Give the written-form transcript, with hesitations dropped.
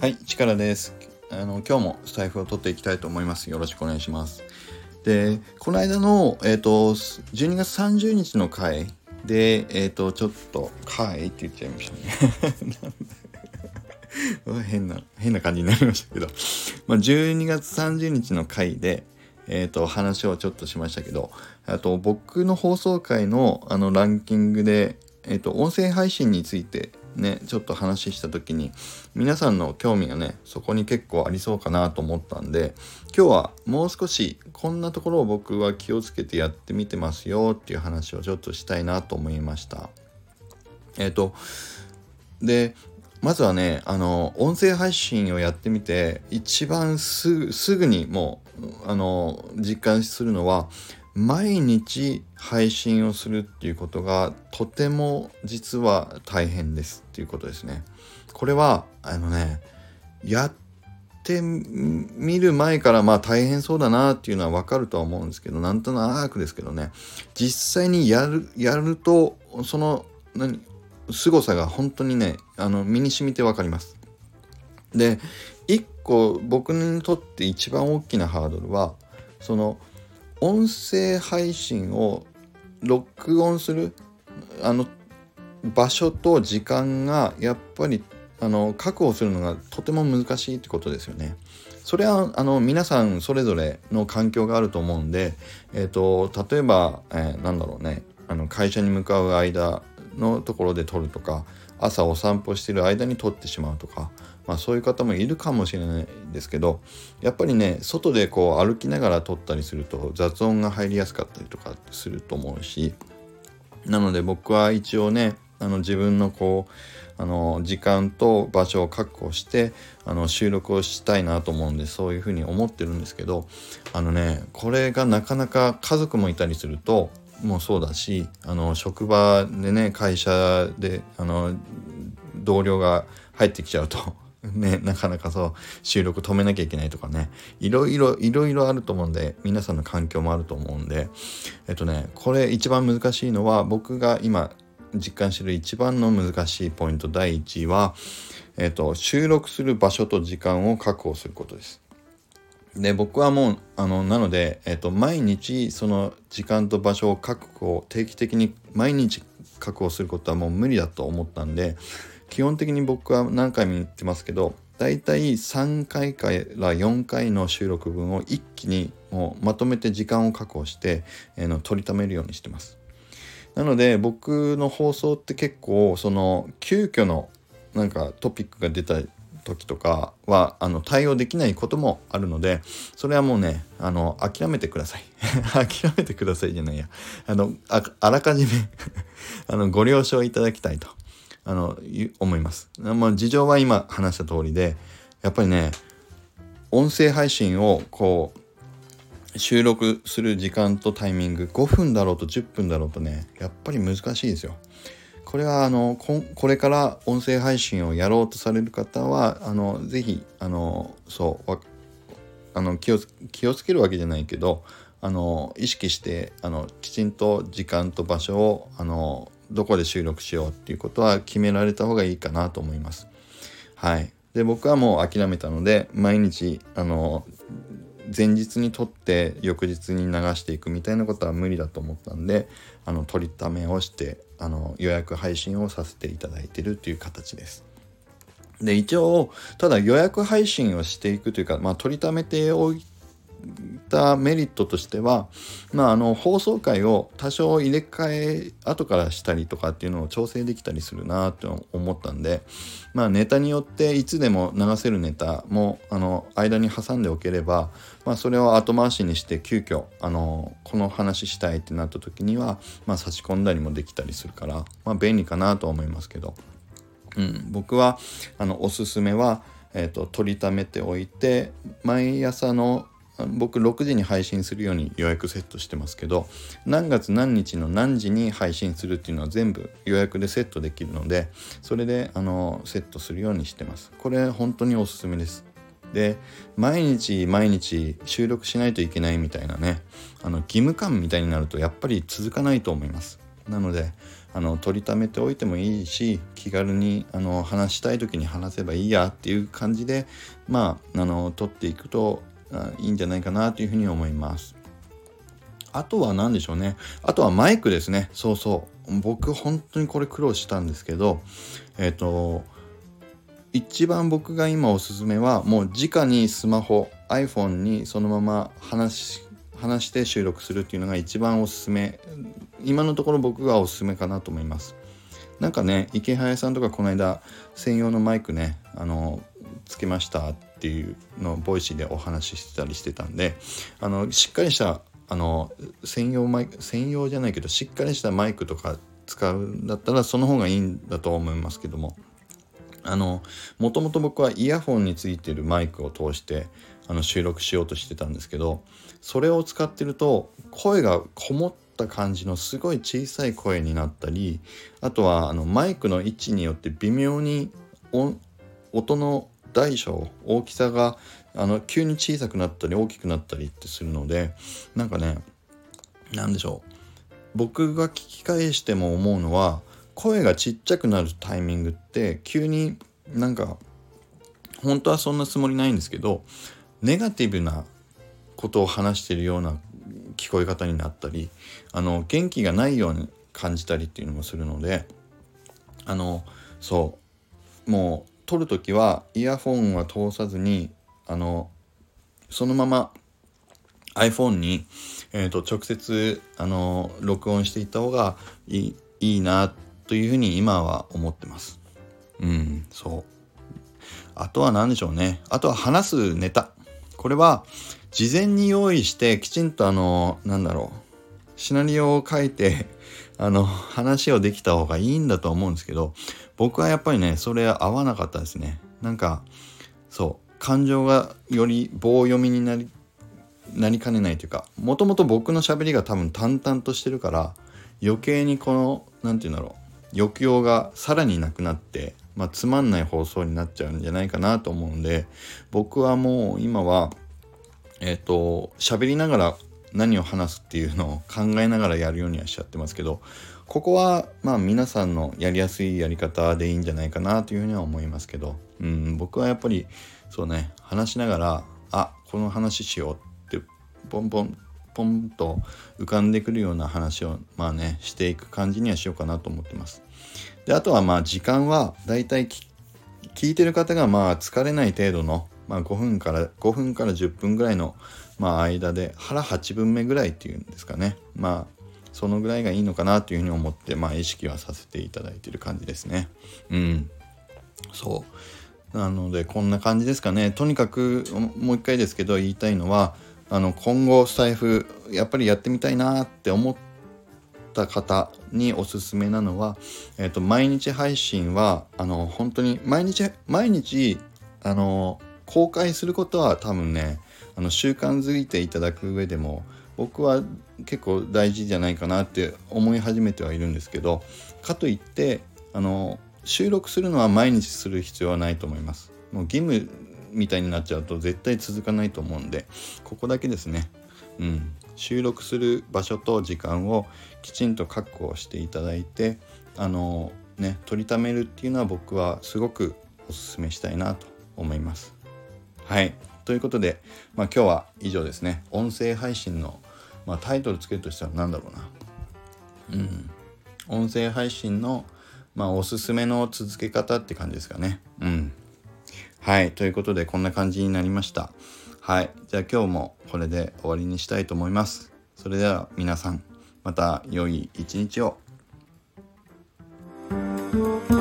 はい、力です。今日もスタイフを取っていきたいと思います。よろしくお願いします。で、この間の、12月30日の回で、ちょっと、回って言っちゃいましたね。変な感じになりましたけど、12月30日の回で、話をちょっとしましたけど、あと僕の放送回のランキングで、音声配信についてね、ちょっと話した時に皆さんの興味がね、そこに結構ありそうかなと思ったんで、今日はもう少しこんなところを僕は気をつけてやってみてますよっていう話をちょっとしたいなと思いました。で、まずはね、音声配信をやってみて一番すぐにもう実感するのは、毎日配信をするっていうことがとても実は大変ですっていうことですね。これはやってみる前から大変そうだなっていうのはわかるとは思うんですけど、なんとなくですけどね、実際にやるとその凄さが本当にね、身に染みてわかります。で、一個僕にとって一番大きなハードルは、その音声配信を録音する場所と時間がやっぱり確保するのがとても難しいってことですよね。それは皆さんそれぞれの環境があると思うんで、例えば、会社に向かう間のところで撮るとか、朝お散歩してる間に撮ってしまうとか、そういう方もいるかもしれないですけど、やっぱりね、外でこう歩きながら撮ったりすると雑音が入りやすかったりとかすると思うし、なので僕は一応ね、自分の時間と場所を確保して収録をしたいなと思うんで、そういうふうに思ってるんですけど、これがなかなか家族もいたりするともうそうだし、職場でね、会社で同僚が入ってきちゃうとね、なかなかそう収録止めなきゃいけないとかね、いろいろあると思うんで、皆さんの環境もあると思うんで、これ一番難しいのは、僕が今実感してる一番の難しいポイント第1位は、収録する場所と時間を確保することです。で、僕はもうなので、毎日その時間と場所を定期的に毎日確保することはもう無理だと思ったんで、基本的に僕は何回も言ってますけど、だいたい3回から4回の収録分を一気にもうまとめて時間を確保して取りためるようにしてます。なので僕の放送って結構その急遽のトピックが出た時とかは対応できないこともあるので、それはもうね諦めてください諦めてくださいじゃないや、あらかじめご了承いただきたいと思います。事情は今話した通りで、やっぱりね、音声配信を収録する時間とタイミング、5分だろうと10分だろうとね、やっぱり難しいですよ。これはこれから音声配信をやろうとされる方はぜひ気をつけるわけじゃないけど意識してきちんと時間と場所をどこで収録しようっていうことは決められた方がいいかなと思います。はい。で、僕はもう諦めたので、毎日前日に撮って翌日に流していくみたいなことは無理だと思ったんで、撮りためをして予約配信をさせていただいているという形です。で、一応ただ予約配信をしていくというか、取りためておいたメリットとしては、放送回を多少入れ替え後からしたりとかっていうのを調整できたりするなと思ったんで、ネタによっていつでも流せるネタも間に挟んでおければ、それを後回しにして急遽この話したいってなった時には差し込んだりもできたりするから、便利かなと思いますけど、僕はおすすめは取りためておいて、毎朝の僕6時に配信するように予約セットしてますけど、何月何日の何時に配信するっていうのは全部予約でセットできるので、それでセットするようにしてます。これ本当におすすめです。で、毎日収録しないといけないみたいなね義務感みたいになるとやっぱり続かないと思います。なので取りためておいてもいいし、気軽に話したい時に話せばいいやっていう感じで取っていくといいんじゃないかなというふうに思います。あとは何でしょうね。あとはマイクですね。僕本当にこれ苦労したんですけど、一番僕が今おすすめは、もう直にスマホ iPhone にそのまま話して収録するっていうのが一番おすすめ、今のところ僕がおすすめかなと思います。なんかね、池早さんとかこの間専用のマイクねつけましたっていうのをボイシーでお話ししてたりしてたんで、しっかりした専用じゃないけどしっかりしたマイクとか使うんだったらその方がいいんだと思いますけども、もともと僕はイヤホンについているマイクを通して収録しようとしてたんですけど、それを使ってると声がこもった感じのすごい小さい声になったり、あとはマイクの位置によって微妙に音の大小大きさが急に小さくなったり大きくなったりってするので、なんかね、なんでしょう、僕が聞き返しても思うのは、声がちっちゃくなるタイミングって急になんか本当はそんなつもりないんですけど、ネガティブなことを話しているような聞こえ方になったり、元気がないように感じたりっていうのもするので、もう撮るときはイヤホンは通さずにそのまま iPhone に、直接録音していった方がいいなというふうに今は思ってます。あとは何でしょうね。あとは話すネタ。これは事前に用意してきちんとシナリオを書いて話をできた方がいいんだと思うんですけど、僕はやっぱりねそれ合わなかったですね。感情がより棒読みになりかねないというか、もともと僕の喋りが多分淡々としてるから余計に抑揚がさらになくなって、つまんない放送になっちゃうんじゃないかなと思うんで、僕はもう今は喋りながら何を話すっていうのを考えながらやるようにはしちゃってますけど、ここは皆さんのやりやすいやり方でいいんじゃないかなというふうには思いますけど、僕はやっぱり話しながらこの話しようってポンと浮かんでくるような話をしていく感じにはしようかなと思ってます。で、あとは時間はだいたい聞いてる方が疲れない程度の5分から10分ぐらいの間で腹8分目ぐらいっていうんですかね。そのぐらいがいいのかなというふうに思って意識はさせていただいている感じですね。なのでこんな感じですかね。とにかくもう一回ですけど言いたいのは、今後スタイフやっぱりやってみたいなって思った方におすすめなのは、毎日配信は本当に毎日公開することは多分ね習慣づいていただく上でも僕は結構大事じゃないかなって思い始めてはいるんですけど、かといって収録するのは毎日する必要はないと思います。もう義務みたいになっちゃうと絶対続かないと思うんで、ここだけですね。収録する場所と時間をきちんと確保していただいて取りためるっていうのは僕はすごくお勧めしたいなと思います。はい、ということで、今日は以上ですね。音声配信の、タイトルつけるとしたら何だろうな、音声配信の、おすすめの続け方って感じですかね。はい、ということでこんな感じになりました。はい、じゃあ今日もこれで終わりにしたいと思います。それでは皆さんまた良い一日を。